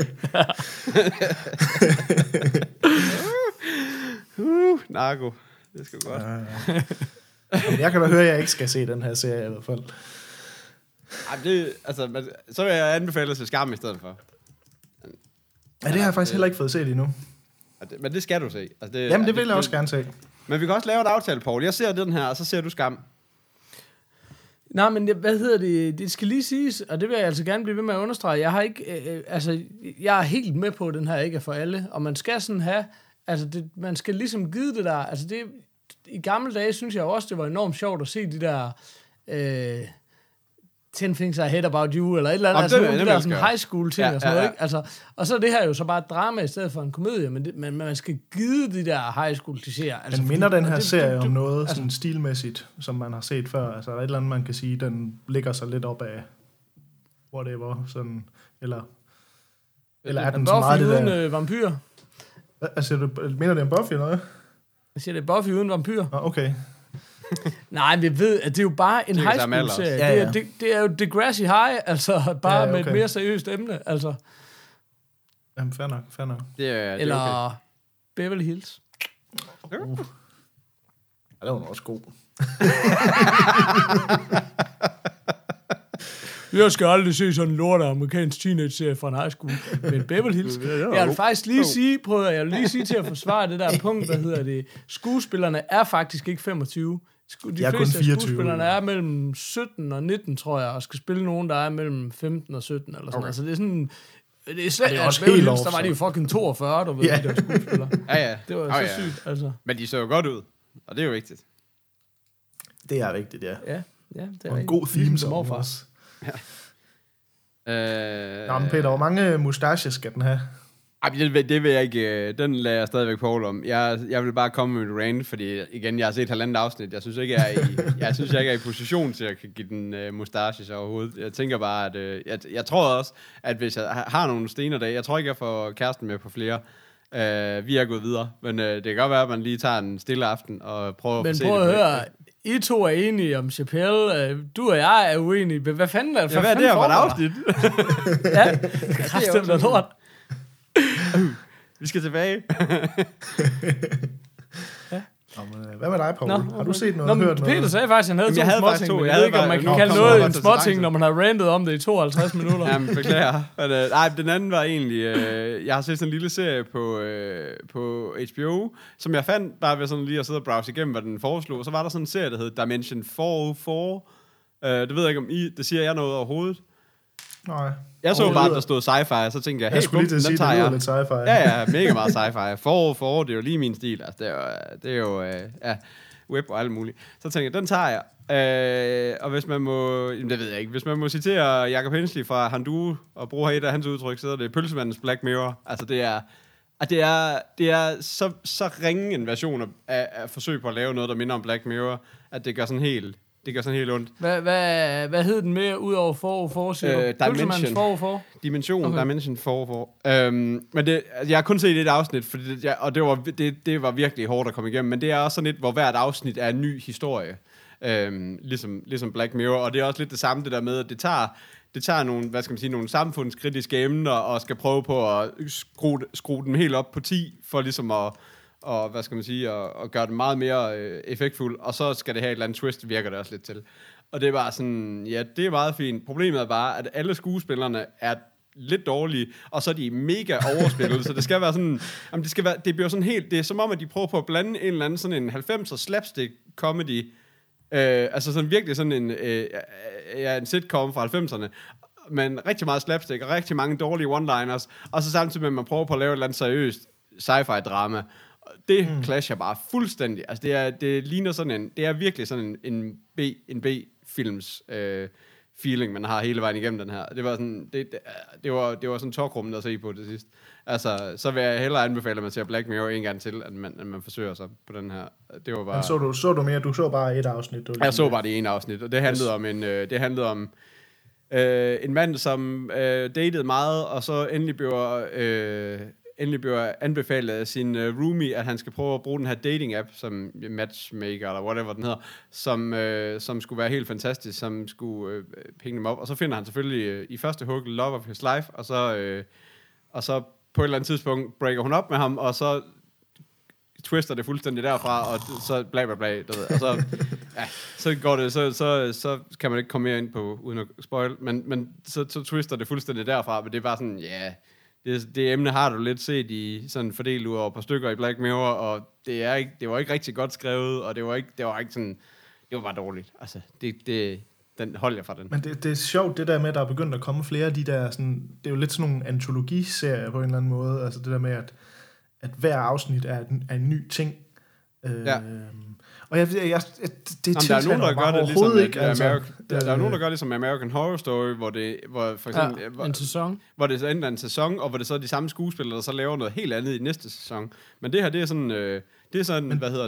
Narko. Det skal godt. Jeg kan da høre, at jeg ikke skal se den her serie i hvert fald. Så vil jeg anbefale at se Skam i stedet for. Ja, det har jeg faktisk heller ikke fået set endnu. Men det skal du se. Altså Jamen, det vil jeg også gerne se. Men vi kan også lave et aftale, Poul. Jeg ser den her, og så ser du Skam. Nej, men hvad hedder det? Det skal lige siges, og det vil jeg altså gerne blive ved med at understrege. Jeg har ikke, jeg er helt med på, at den her ikke er for alle. Og man skal sådan have, man skal ligesom give det der, altså det, i gamle dage synes jeg også, det var enormt sjovt at se de der 10 Things I Hate About You, eller et eller andet, Jamen, altså det nogle af de er der sådan high school ting og sådan noget, ikke? Altså, og så er det her jo så bare et drama i stedet for en komedie, men man skal give de der high school klichéer. Altså, Men minder den her serie om noget sådan stilmæssigt, som man har set før? Altså, er der et eller andet, man kan sige, den ligger sig lidt op af whatever, sådan, eller er den så meget det der... Buffy uden vampyr. Altså, mener det om Buffy eller noget? Jeg siger, det er Buffy uden vampyr. Okay. Nej, vi ved, at det er jo bare en high school-serie. Ja. Det er jo Degrassi High, altså bare med et mere seriøst emne. Altså. Jamen, fair nok. Eller okay. Beverly Hills. Ja, det var også god. Jeg skal aldrig se sådan en lort amerikansk teenage-serie fra en high school. Men Beverly Hills. Jeg vil faktisk lige sige, til at forsvare det der punkt, skuespillerne er faktisk ikke 25. De fleste af skuespillerne er mellem 17 og 19, tror jeg, og skal spille nogen, der er mellem 15 og 17, eller sådan. Okay. Altså, det er sådan... Det er slet, det er også helt Hills, der var de jo fucking 42, du ved, de der skuespillere. Ja. Det var så sygt, altså. Men de så jo godt ud, og det er jo vigtigt. Det er vigtigt, ja. Ja, det er og en god theme som også. Ja. Nå, men Peter, hvor mange mustacher skal den have? Det vil jeg ikke. Den lader jeg stadigvæk på om. Jeg vil bare komme med et rant, fordi igen, jeg har set halvandet afsnit. Jeg synes ikke, jeg er i position til at give den mustaches overhovedet. Jeg tænker bare, at jeg tror også, at hvis jeg har nogle stenerdage, jeg tror ikke, jeg får kæresten med på flere. Vi er gået videre, men det kan godt være, at man lige tager en stille aften og prøver at se det. Men prøv at høre, I to er enige om Chappelle, du og jeg er uenige. Hvad fanden er det for? Ja, hvad er det her for et afsnit? Ja, kraftigt og lort. Vi skal tilbage. Ja. Hvad med dig, Paul? Har du set noget? Hørt Peter noget? sagde faktisk, at han havde to småting, men jeg ved ikke, om man kan kalde noget en småting, når man har rantet om det i 52 minutter. Jamen, beklager. Nej, den anden var egentlig... jeg har set sådan en lille serie på HBO, som jeg fandt bare ved sådan lige at sidde og browse igennem, hvad den foreslog. Så var der sådan en serie, der hed Dimension 404. Det ved jeg ikke, om det siger jeg noget overhovedet. Nej. Jeg så bare, der stod sci-fi, og så tænkte jeg, hey, den tager jeg. Lidt sci-fi. Ja, mega meget sci-fi. For det er jo lige min stil. Altså, det er jo web og alt muligt. Så tænkte jeg, den tager jeg. Og hvis man må, det ved jeg ikke, hvis man må citere Jacob Hensley fra Handu og bruge et af hans udtryk, så er det pølsemandens Black Mirror. Altså, det er så ringe en version af forsøg på at lave noget, der minder om Black Mirror, at det gør sådan helt... Det gør sådan helt ondt. Hvad hed den mere ud over Dimension. Okay. Dimension 404. Men jeg har kun set et afsnit, og det var virkelig hårdt at komme igennem, men det er også sådan lidt, hvor hvert afsnit er en ny historie. Ligesom Black Mirror, og det er også lidt det samme, det der med, at det tager nogle, hvad skal man sige, nogle samfundskritiske emner, og skal prøve på at skrue dem helt op på 10, for ligesom og hvad skal man sige, og gøre det meget mere effektfuldt, og så skal det have et eller andet twist, virker det også lidt til. Og det er bare sådan, ja, det er meget fint. Problemet er bare, at alle skuespillerne er lidt dårlige, og så er de mega overspillet, så det skal være sådan, det bliver sådan helt, det er som om, at de prøver på at blande en eller anden sådan en 90'er slapstick comedy, altså sådan virkelig sådan en sitcom fra 90'erne, men rigtig meget slapstick, og rigtig mange dårlige one-liners, og så samtidig med, at man prøver på at lave et eller andet seriøst sci-fi drama. Det clasher bare fuldstændig. Altså det ligner sådan det er virkelig sådan en B-films feeling, man har hele vejen igennem den her. Det var sådan, det var sådan talkrummet at se på det sidst. Altså, så vil jeg hellere anbefale, at man ser Black Mirror en gang til, at man forsøger sig på den her. Det var bare... Men så du mere? Du så bare et afsnit? Jeg så bare det ene afsnit, og det handlede om en mand, som datede meget, og så endelig bliver anbefalet af sin roomie, at han skal prøve at bruge den her dating-app, som Matchmaker, eller whatever den hedder, som skulle være helt fantastisk, som skulle pinge dem op. Og så finder han selvfølgelig i første hug love of his life, og så på et eller andet tidspunkt breaker hun op med ham, og så twister det fuldstændig derfra, og så bla bla bla, du ved. Og så går det, så kan man ikke komme mere ind på, uden at spoil, men så twister det fuldstændig derfra, men det er bare sådan, ja... Det emne har du lidt set i sådan fordelt ud over et par stykker i Black Mirror, og det var ikke rigtig godt skrevet, og det var ikke sådan, det var bare dårligt. Altså, den holdt jeg fra den. Men det er sjovt, det der med, at der er begyndt at komme flere af de der, sådan, det er jo lidt sådan nogle antologiserier på en eller anden måde, altså det der med, at hver afsnit er en ny ting, Og det der er nogen, der gør det ligesom ikke. Der er nogen, der gør det som American Horror Story, hvor for eksempel... en sæson. Hvor det så ender en sæson, og hvor det så er de samme skuespillere, der så laver noget helt andet i næste sæson. Men det her, det er sådan, hvad hedder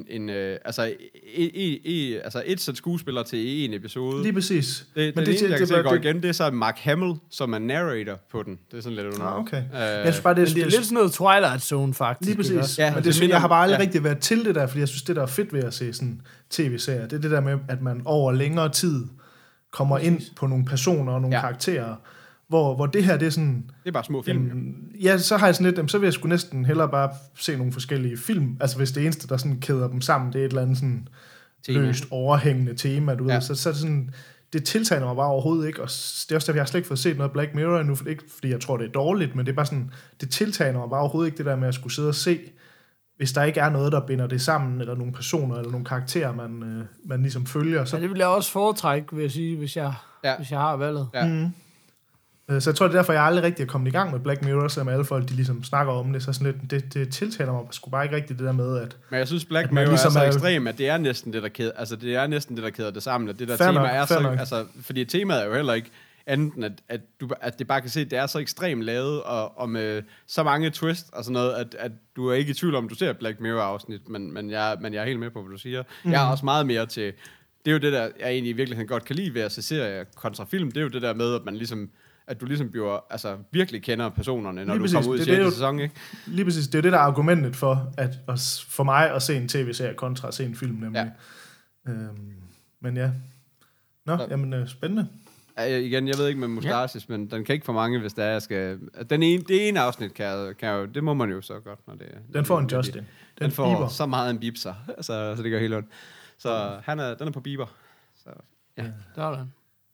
det, et sæt skuespillere til en episode. Lige præcis. Men det går igen, det er så Mark Hamill, som er narrator på den. Det er sådan lidt under. Okay. Jeg synes bare, det er lidt sådan noget Twilight Zone, faktisk. Lige præcis. Ja, men jeg har bare aldrig rigtig været til det der, fordi jeg synes, det der er fedt ved at se sådan tv-serier, det er det der med, at man over længere tid kommer ind på nogle personer og nogle karakterer, hvor det her, det er sådan... Det er bare små film. Jamen, så har jeg sådan lidt, så vil jeg sgu næsten hellere bare se nogle forskellige film. Altså hvis det eneste, der sådan kæder dem sammen, det er et eller andet sådan løst overhængende tema, du ved. Så er det sådan... Det tiltaler mig bare overhovedet ikke, og det er også derfor, jeg har slet ikke fået set noget Black Mirror endnu, ikke fordi jeg tror, det er dårligt, men det er bare sådan, det tiltaler mig bare overhovedet ikke, det der med at skulle sidde og se, hvis der ikke er noget, der binder det sammen, eller nogle personer, eller nogle karakterer, man ligesom følger. Så... Ja, det vil jeg også foretrække, vil jeg sige, hvis jeg har valget. Ja. Mm. Så jeg tror, det er derfor, jeg aldrig rigtig er kommet i gang med Black Mirror, selvom alle folk, de ligesom snakker om det, så sådan lidt, det tiltaler mig sgu bare ikke rigtigt det der med, at... Men jeg synes, Black Mirror ligesom er så ekstrem, at det er næsten det, der kæder, altså det er næsten det, der kæder det sammen, at det der tema er så... Altså, fordi temaet er jo heller ikke andet, at det bare kan se, at det er så ekstremt lavet, og med så mange twists og sådan noget, at du er ikke i tvivl om, du ser Black Mirror-afsnit, men jeg er helt med på, hvad du siger. Jeg er også meget mere til... Det er jo det, der jeg egentlig i virkeligheden godt kan lide ved at se serier kontra film, det er jo det der med, at man ligesom... At du ligesom bliver, altså virkelig kender personerne, når du kommer ud i 6. sæson, ikke? Lige præcis, det er jo det, der er argumentet for mig at se en tv-serie kontra at se en film, nemlig. Ja. Men ja. Jamen spændende. Ja, igen, jeg ved ikke med Mustaches, men den kan ikke for mange, hvis der er, jeg skal... Det ene afsnit kan jo, det må man jo så godt, når det... Den får en Justin. Den får Bieber. Så meget en bibser, så det gør helt ondt. Så den er på Bieber. Så ja. Der er den.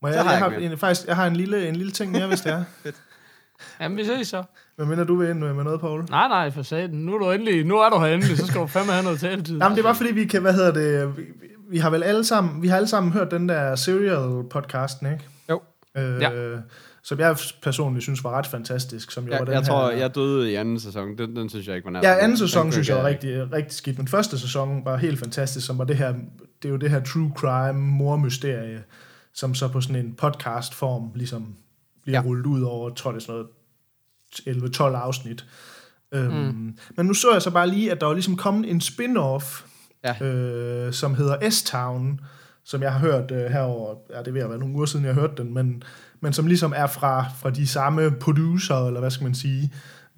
Jeg har en lille ting mere, hvis det er. Jamen, vi ses så. Hvad mener du ved ind med noget, Poul? Nej, for satan. Nu er du her endelig, så skal du fandme have noget taletid. Jamen, det er bare fordi, vi kan, vi har vel alle sammen hørt den der Serial-podcasten, ikke? Jo. Som jeg personligt synes var ret fantastisk. Som var den jeg tror, jeg døde i anden sæson. Den synes jeg ikke var nær. Ja, anden sæson synes jeg var rigtig skidt. Men første sæson var helt fantastisk, som var det her, det er jo det her true crime mormysterie, som så på sådan en podcast-form ligesom bliver rullet ud over, tror det er sådan noget 11-12 afsnit. Men nu så jeg så bare lige, at der var ligesom kommet en spin-off, som hedder S-Town, som jeg har hørt herover. Ja, det vil være nogle uger siden, jeg har hørt den, men som ligesom er fra de samme producer, eller hvad skal man sige.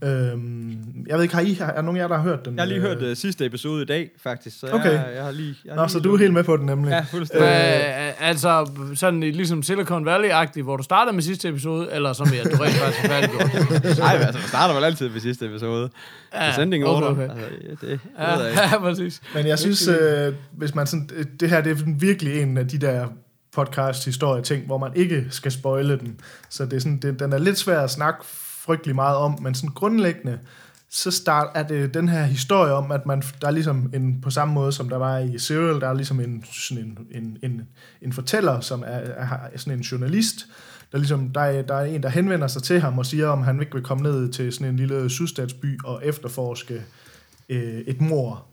Jeg ved ikke, er nogen af jer, der har hørt den? Jeg har lige hørt sidste episode i dag, faktisk. Så okay. Jeg har lige så du er helt med på den, nemlig. Ja, fuldstændig. Altså, sådan ligesom Silicon Valley-agtigt, hvor du starter med sidste episode, eller som du rent faktisk er færdiggjort? Nej, altså, du starter vel altid med sidste episode. Ja, sending okay. Altså, det ja, præcis. Men jeg synes, hvis man sådan, det her, det er virkelig en af de der podcast-historie-ting, hvor man ikke skal spoile den. Så det er sådan, den er lidt svær at snakke frygtelig meget om, men sådan grundlæggende, så er det den her historie om, at der er ligesom på samme måde, som der var i Serial, der er ligesom en fortæller, som er sådan en journalist, der ligesom, der er en, der henvender sig til ham og siger, om han ikke vil komme ned til sådan en lille sydstatsby og efterforske et mord.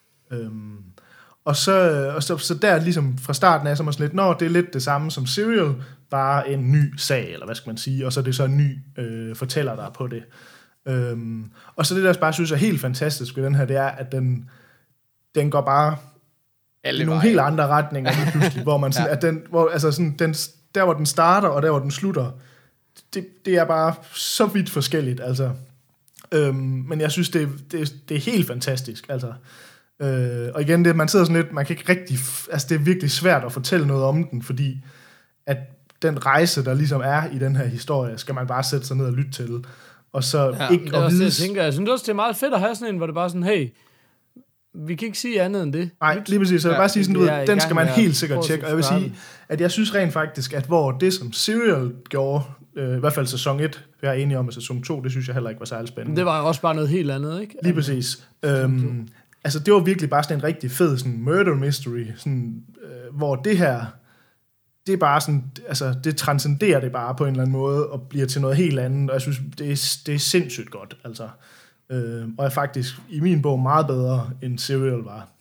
Og så der ligesom fra starten af, så er man sådan lidt, det er lidt det samme som Serial, bare en ny sag, eller hvad skal man sige, og så er det så en ny fortæller, der er på det. Og så det, der bare synes er helt fantastisk ved den her, det er, at den går bare i nogle helt andre retninger, pludselig, hvor man sådan, at der hvor den starter, og der hvor den slutter, det er bare så vidt forskelligt, altså. Men jeg synes, det er helt fantastisk, altså. Og igen, man sidder sådan lidt, man kan ikke rigtig, altså det er virkelig svært at fortælle noget om den, fordi at den rejse, der ligesom er i den her historie, skal man bare sætte sig ned og lytte til, og så ikke at vide... Jeg synes også, det er meget fedt at have sådan en, hvor det bare sådan, hey, vi kan ikke sige andet end det. Nej, lige præcis, så jeg vil bare sige sådan, den skal man helt sikkert tjekke, og jeg vil sige, at jeg synes rent faktisk, at hvor det som Serial gjorde, i hvert fald sæson 1, jeg er enig om, at sæson 2, det synes jeg heller ikke var særlig spændende. Det var også bare noget helt andet, ikke? Lige præcis. Altså, det var virkelig bare sådan en rigtig fed sådan murder mystery, sådan, hvor det her, det er bare sådan, altså, det transcenderer det bare på en eller anden måde, og bliver til noget helt andet, og jeg synes, det er sindssygt godt, altså. Og er faktisk i min bog meget bedre, end Serial var.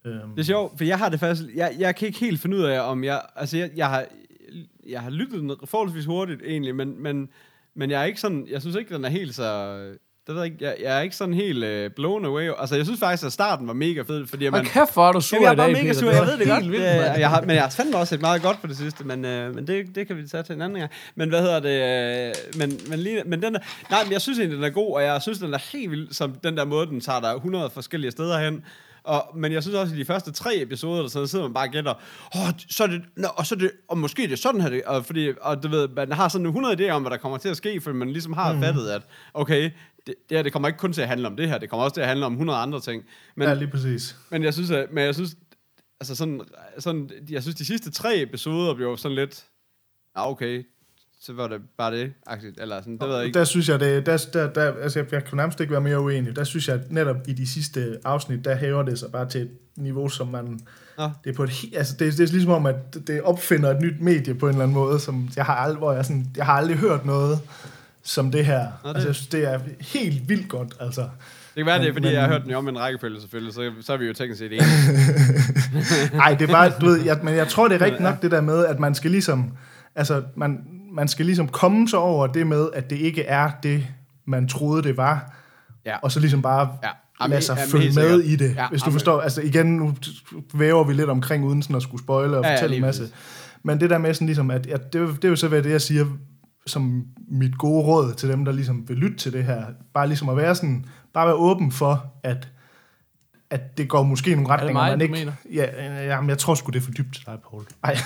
Det er sjovt, for jeg har det faktisk... Jeg kan ikke helt finde ud af, om jeg... Altså, jeg har lyttet den forholdsvis hurtigt, egentlig, men jeg er ikke sådan... Jeg synes ikke, den er helt så... Det ved jeg ikke. Jeg er ikke sådan helt blown away. Altså, jeg synes faktisk, at starten var mega fed, fordi man... kæft, hvor er du sur i dag, Peter. Jeg er mega sur, jeg ved det godt. Vildt, men jeg har fandme også set meget godt på det sidste, men det kan vi tage til en anden gang. Men hvad hedder det? Men den der... Nej, men jeg synes egentlig, den er god, og jeg synes, den er helt vild, som den der måde, den tager der 100 forskellige steder hen. Men jeg synes også, at de første 3 episoder, der sidder man bare og gætter, så er det, og måske det er sådan her, og du ved, man har sådan 100 idéer om, hvad der kommer til at ske, fordi man ligesom har fattet, at okay, det kommer ikke kun til at handle om det her, det kommer også til at handle om 100 andre ting. Men, ja, lige præcis. Men jeg synes, altså sådan, jeg synes, de sidste 3 episoder blev sådan lidt, okay, så var det bare det, eller sådan, det ved jeg ikke. Der synes jeg, altså jeg kan nærmest ikke være mere uenig. Der synes jeg, at netop i de sidste afsnit, der hæver det sig bare til et niveau, som man... Ja. Det er på det er ligesom om, at det opfinder et nyt medie på en eller anden måde, som jeg har aldrig hørt noget som det her. Ja, altså jeg synes, det er helt vildt godt, altså. Det kan være, det er, fordi jeg har hørt den om en rækkefølge, selvfølgelig, så er vi jo teknisk set enige. Nej, det er bare, du ved, men jeg tror, det er rigtigt nok det der med, at man skal ligesom... Altså, man skal ligesom komme så over det med, at det ikke er det, man troede, det var, og så ligesom bare lade sig følge med i det, hvis du forstår. Altså igen, nu væver vi lidt omkring, uden sådan at skulle spoile og fortælle en masse. Men det der med sådan ligesom, at det er jo så, hvad det jeg siger, som mit gode råd til dem, der ligesom vil lytte til det her, bare ligesom at være sådan, bare være åben for, at det går måske i nogle retninger, man ikke... Ja, men jeg tror sgu, det er for dybt til dig, Paul.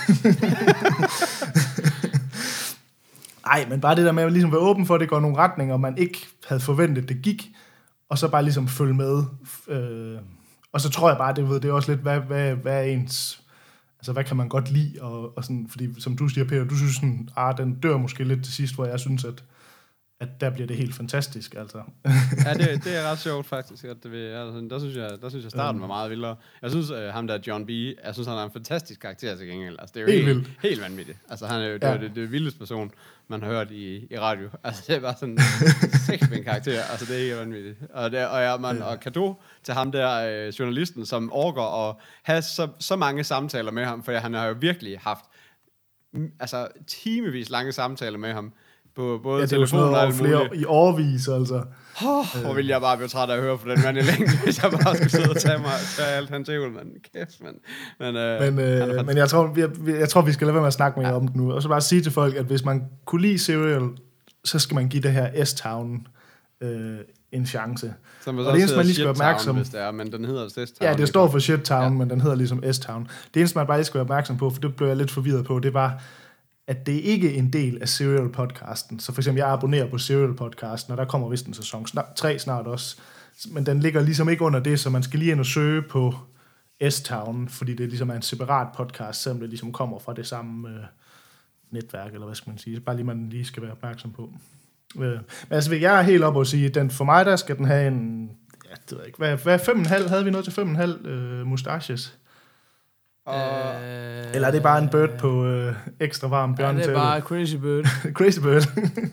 Ej, men bare det der med at ligesom være åben for, at det går nogle retninger, man ikke havde forventet, det gik, og så bare ligesom følge med. Og så tror jeg bare, det er også lidt, hvad er ens... Altså, hvad kan man godt lide? Og sådan, fordi, som du siger, Peter, du synes sådan, den dør måske lidt til sidst, hvor jeg synes, at der bliver det helt fantastisk, altså. Ja, det er ret sjovt, faktisk. At der synes jeg, starten var meget vildere. Jeg synes, ham der John B., jeg synes, han er en fantastisk karakter til gengæld. Altså, det er jo helt vanvittigt. Altså, han er jo det vildeste person, man har hørt i radio. Altså, det er bare sådan en sexpænd karakter. Altså, det er helt vanvittigt. Og cadeau til ham der, journalisten, som overgår at have så mange samtaler med ham, for han har jo virkelig haft timevis lange samtaler med ham. På både telefon og alt muligt. I årevis, altså. Hvor ville jeg bare blive træt af at høre for den mand i længden, hvis jeg bare skulle sidde og tage alt hans ævel, mand. Kæft, mand. Men jeg tror, vi skal lade være med at snakke mere om det nu. Og så bare sige til folk, at hvis man kunne lide Serial, så skal man give det her S-Town en chance. Og det eneste, man lige skal være opmærksom... Hvis det er, men den hedder S-Town. Ja, det står for Shit-Town, men den hedder ligesom S-Town. Det eneste, man bare lige skal være opmærksom på, for det blev jeg lidt forvirret på, det var... at det ikke er en del af Serial-podcasten. Så for eksempel, jeg abonnerer på Serial-podcasten, og der kommer vist en sæson 3 snart også. Men den ligger ligesom ikke under det, så man skal lige ind og søge på S-Town, fordi det ligesom er en separat podcast, selvom det ligesom kommer fra det samme netværk, eller hvad skal man sige. Så bare lige, man lige skal være opmærksom på. Men altså, jeg er helt op og sige, den for mig, der skal den have en... Ja, det ved jeg ikke. Hvad 5,5? Havde vi noget til 5,5 mustaches? Eller er det bare en bird på ekstra varm bjørnetælle? Ja, det er bare Crazy Bird. Crazy Bird.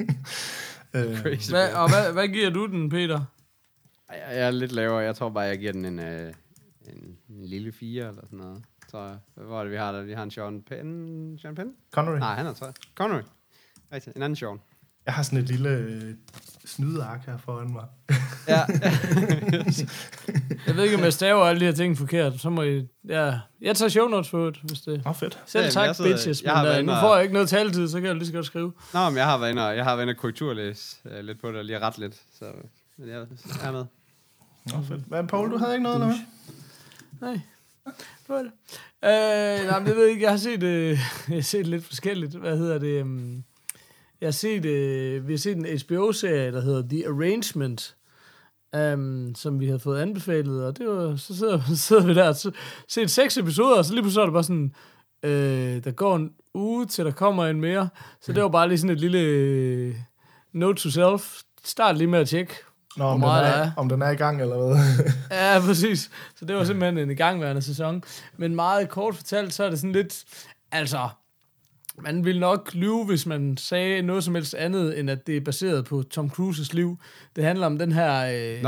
Hvad giver du den, Peter? Jeg er lidt lavere. Jeg tror bare, jeg giver den en lille 4 eller sådan noget. Så hvor er det, vi har der? Vi har en Sean Penn? Connery? Nej, han er 3. Connery. Rigtig, en anden Sean. Jeg har sådan et lille snydeark her foran mig. Ja. Jeg ved ikke, om jeg staver alle de her ting forkert. Så må I... Ja, jeg tager show notes på det, hvis det... Fedt. Selv tak, bitches. Men nu får jeg ikke noget taletid, så kan jeg lige så godt skrive. Nå, men jeg har været inde og korrekturlæse lidt på det, og lige ret lidt. Så men jeg er med. Fedt. Hvad, Paul, du havde ikke noget, eller hvad? Nej. Det var det. Nej, men det ved jeg ikke. Jeg har set lidt forskelligt. Hvad hedder det? Vi har set en HBO-serie, der hedder The Arrangement, som vi havde fået anbefalet, og det var, så sidder vi der og set 6 episoder, og så lige pludselig er det bare sådan, der går en uge, til der kommer en mere, så det var bare lige sådan et lille note to self. Start lige med at tjekke, om den er i gang, eller hvad? Ja, præcis. Så det var simpelthen en igangværende sæson. Men meget kort fortalt, så er det sådan lidt, altså... Man ville nok lyve, hvis man sagde noget som helst andet, end at det er baseret på Tom Cruises liv. Det handler om den her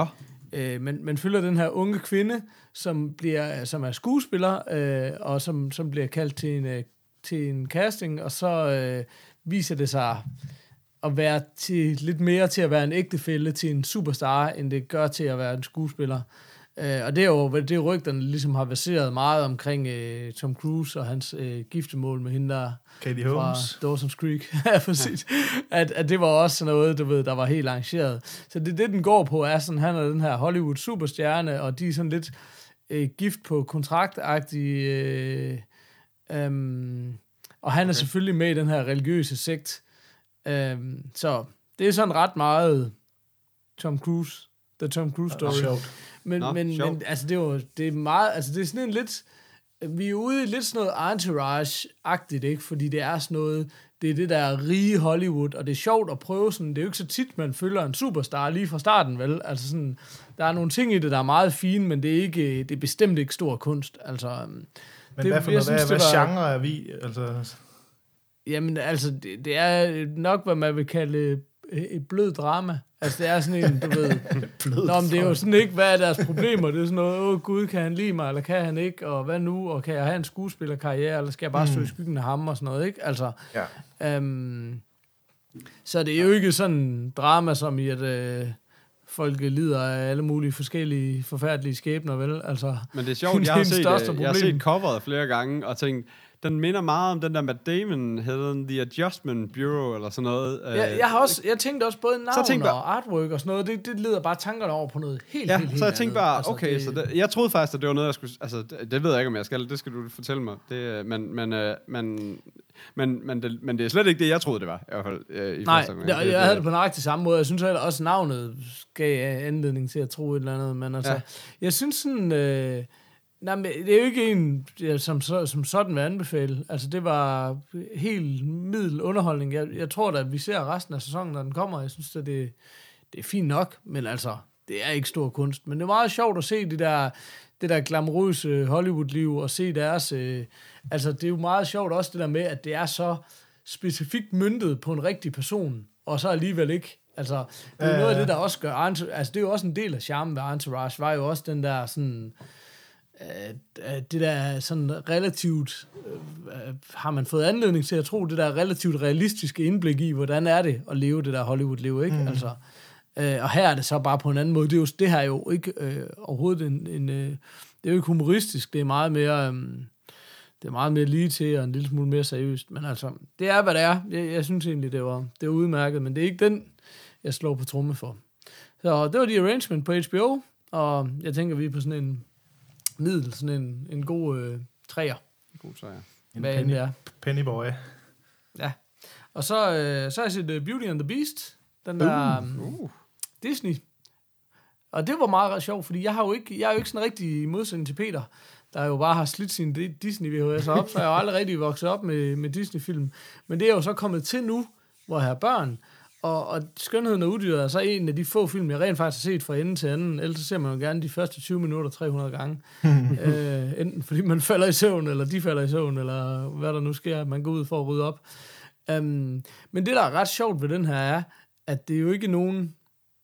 man følger den her unge kvinde, som er skuespiller, og som bliver kaldt til en casting, og så viser det sig at være lidt mere til at være en ægtefælle til en superstar, end det gør til at være en skuespiller. Og det er jo det rygterne ligesom har baseret meget omkring Tom Cruise og hans giftemål med hende der Katie Holmes fra Dawson's Creek. Ja, præcis. At det var også noget, du ved, der var helt arrangeret. Så det den går på, er sådan, han er den her Hollywood superstjerne, og de er sådan lidt gift på kontraktagtige, og han er selvfølgelig med i den her religiøse sekt. Så det er sådan ret meget Tom Cruise, The Tom Cruise Story. Men altså det er meget, altså det er sådan en lidt, vi er ude i lidt sådan noget entourage-agtigt, ikke? Fordi det er sådan noget, det er det der rige Hollywood, og det er sjovt at prøve sådan, det er jo ikke så tit, man følger en superstar lige fra starten, vel? Altså sådan, der er nogle ting i det, der er meget fine, men det er bestemt ikke stor kunst, altså. Men hvad genre er vi, altså? Jamen, altså, det er nok, hvad man vil kalde et blød drama. Altså, det er sådan en, du ved... Nå, men det er jo sådan ikke, hvad er deres problemer? Det er sådan noget, gud, kan han lide mig, eller kan han ikke? Og hvad nu? Og kan jeg have en skuespillerkarriere, eller skal jeg bare stå i skyggen af ham og sådan noget, ikke? Altså... Ja. Så det er jo ikke sådan en drama, som i, at folk lider af alle mulige forskellige forfærdelige skæbner, vel? Altså, men det er sjovt, jeg har set coveret flere gange, og tænkt, den minder meget om den der Matt Damon, hedder den The Adjustment Bureau, eller sådan noget. Jeg tænkte også både navn og artwork og sådan noget, det leder bare tankerne over på noget helt så jeg tænkte bare, altså, okay, så jeg troede faktisk, at det var noget, jeg skulle, altså, det ved jeg ikke, om jeg skal, det skal du fortælle mig. Men det er slet ikke det, jeg troede, det var, i hvert fald. Nej, jeg havde det på nøjagtig samme måde. Jeg synes også, navnet gav anledning til at tro et eller andet, men altså, jeg synes sådan... Nej, men det er jo ikke en, som sådan vil anbefale. Altså, det var helt middel underholdning. Jeg tror da, at vi ser resten af sæsonen, når den kommer. Jeg synes, at det er fint nok, men altså, det er ikke stor kunst. Men det er meget sjovt at se det der glamourøse Hollywood-liv, og se deres... altså, det er jo meget sjovt også det der med, at det er så specifikt møntet på en rigtig person, og så alligevel ikke. Altså, det er noget af det, der også gør... Altså, det er jo også en del af charmen ved Entourage, var jo også den der sådan... det der sådan relativt har man fået anledning til at tro, det der relativt realistiske indblik i, hvordan er det at leve det der Hollywood-liv, ikke? Altså, og her er det så bare på en anden måde. Det her er jo ikke overhovedet det er jo ikke humoristisk, det er meget mere lige til og en lille smule mere seriøst, men altså, det er, hvad det er. Jeg synes egentlig, det er udmærket, men det er ikke den, jeg slår på tromme for. Så det var The Arrangement på HBO, og jeg tænker, vi er på sådan en middel, sådan en god træer. En god træer. En pennyboy. Ja. Og så har jeg set Beauty and the Beast, den der Disney. Og det var meget ret sjovt, fordi jeg er jo ikke sådan rigtig modsætning til Peter, der jo bare har slidt sin Disney VHS op, så jeg har jo aldrig rigtig vokset op med Disney-film. Men det er jo så kommet til nu, hvor jeg har børn, og Skønheden og Udyret er så en af de få film, jeg rent faktisk har set fra ende til anden. Ellers så ser man jo gerne de første 20 minutter 300 gange. Enten fordi man falder i søvn, eller de falder i søvn, eller hvad der nu sker, man går ud for at rydde op. Men det, der er ret sjovt ved den her, er, at det er jo ikke nogen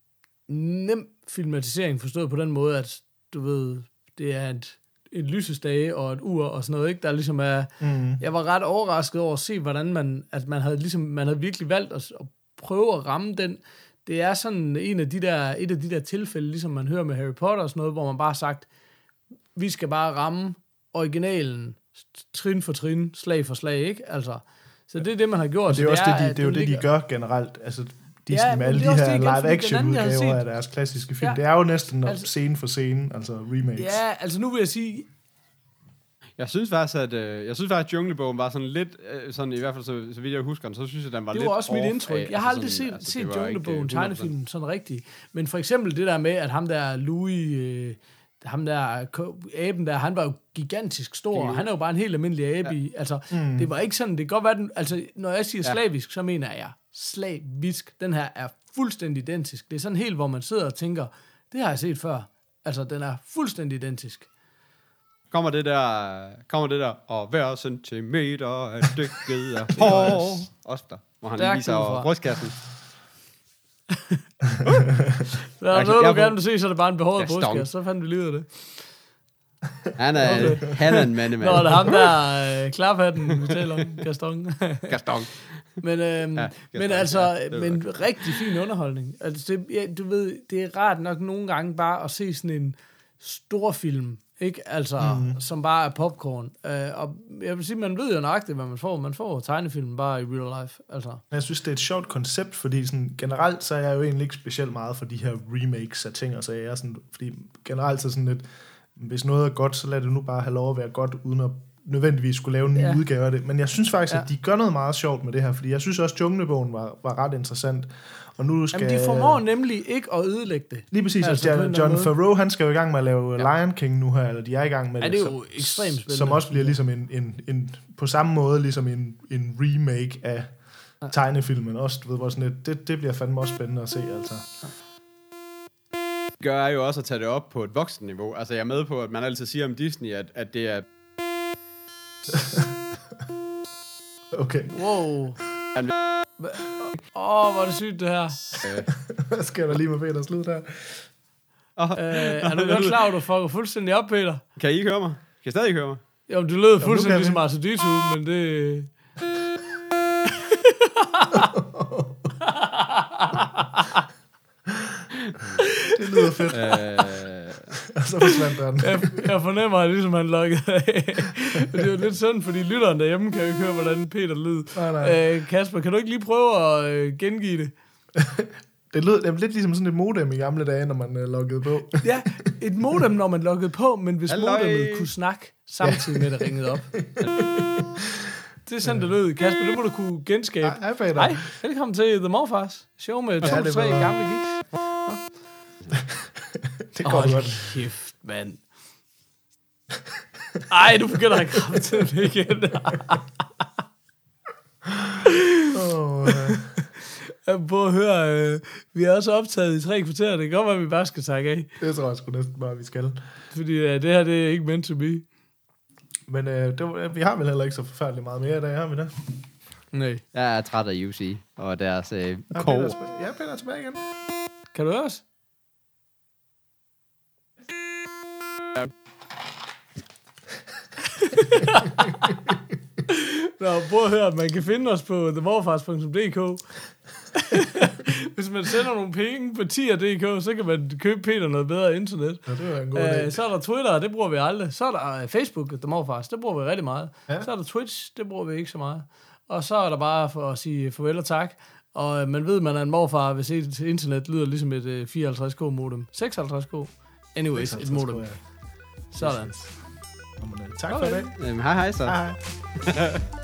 nem filmatisering, forstået på den måde, at du ved, det er et lysestage og et ur og sådan noget, ikke? Der ligesom er... Jeg var ret overrasket over at se, hvordan man havde virkelig valgt at prøve at ramme den. Det er sådan et af de der tilfælde, ligesom man hører med Harry Potter og sådan noget, hvor man bare har sagt, vi skal bare ramme originalen, trin for trin, slag for slag, ikke? Altså, så det er det, man har gjort. Og det er også det, de gør generelt. Altså, Disney med alle de her live-action-udgaver af deres klassiske film. Det er jo næsten scene for scene, altså remakes. Ja, altså nu vil jeg sige... Jeg synes faktisk, at Junglebogen var sådan lidt, sådan i hvert fald så vidt jeg husker den, så synes jeg, den var lidt off. Det var også mit indtryk. Jeg har aldrig set Junglebogen, tegnefilm, sådan rigtigt. Men for eksempel det der med, at ham der Louis... ham der aben der, han var jo gigantisk stor, og han er jo bare en helt almindelig abe i. Altså, det var ikke sådan, det kan godt være, den, altså, når jeg siger slavisk, så mener jeg slavisk. Den her er fuldstændig identisk. Det er sådan helt, hvor man sidder og tænker, det har jeg set før. Altså, den er fuldstændig identisk. Kommer det der, og hver centimeter af dykket er hård. Også der, hvor han lige viser brystkassen. Der er noget, du gerne vil se, så er det bare en behåret brudskasse. Så fandt vi lige ud af det. Han er en mandemand. Nå, det er ham der klaphatten, vi taler om. Gaston. Men rigtig fin underholdning. Altså, du ved, det er rart nok nogle gange bare at se sådan en stor film, ikke? Altså, som bare er popcorn. Og jeg vil sige, man ved jo nøjagtigt, hvad man får. Man får tegnefilmen bare i real life. Altså. Jeg synes, det er et sjovt koncept, fordi sådan, generelt så er jeg jo egentlig ikke specielt meget for de her remakes af ting, og så er jeg sådan, fordi generelt så sådan lidt, hvis noget er godt, så lad det nu bare have lov at være godt, uden at nødvendigvis skulle lave en ny udgave af det. Men jeg synes faktisk, at de gør noget meget sjovt med det her, fordi jeg synes også, at Junglebogen var ret interessant. Og nu skal... Jamen, de formår nemlig ikke at ødelægge det. Lige præcis. Altså, John Favreau, han skal jo i gang med at lave Lion King nu her, eller de er i gang med det. Det er jo ekstremt spændende. Som også bliver ligesom en på samme måde ligesom en remake af tegnefilmen også, du ved, hvor sådan det bliver fandme også spændende at se, altså. Gør jo også at tage det op på et voksenniveau. Altså, jeg er med på, at man altid siger om Disney, at det er... Okay. Wow. Hvor er det sygt, det her. Hvad sker der lige med Peters lyd der? Er du godt klar, at du fucker fuldstændig op, Peter? Kan I ikke høre mig? Kan I stadig høre mig? Jo, du lød fuldstændig ligesom R2-D2, men det... Det lyder fedt. Og så forsvandt den. Jeg fornemmer, at ligesom han lukkede af. Det er jo lidt sådan, fordi lytteren derhjemme kan jo ikke høre, hvordan Peter lyder. Nej. Kasper, kan du ikke lige prøve at gengive det? Det lød lidt ligesom sådan et modem i gamle dage, når man loggede på. Ja, et modem, når man loggede på, men hvis modemet kunne snakke samtidig med, at det ringede op. Det er sådan, det lød. Kasper, det må du kunne genskabe. Hej, Peter. Hej, velkommen til The Morfars show med 2-3 gamle geeks. Det går godt. Kæft, mand. Ej, du begynder at kramme til det igen. Jeg prøver at høre, vi er også optaget i 3 kvarter. Det kan godt være, at vi bare skal takke af. Det tror jeg sgu næsten bare, vi skal. Fordi det her, det er ikke meant to be. Men vi har vel heller ikke så forfærdeligt meget mere i dag, har vi det? Nej. Jeg er træt af UC og deres kog. Peter er tilbage igen. Kan du høre os? Nå, prøv at høre, man kan finde os på themorfars.dk. Hvis man sender nogle penge på tier.dk, så kan man købe Peter noget bedre internet. Ja, det var en god idé. Så er der Twitter, det bruger vi aldrig. Så er der Facebook, The Morfars, det bruger vi rigtig meget. Ja. Så er der Twitch, det bruger vi ikke så meget. Og så er der bare for at sige farvel og tak. Og man ved, man er en morfar, hvis et internet lyder ligesom et 54K modem. 56K. Anyways, et modem. Sådan. Tak for det. Hej så. Hej.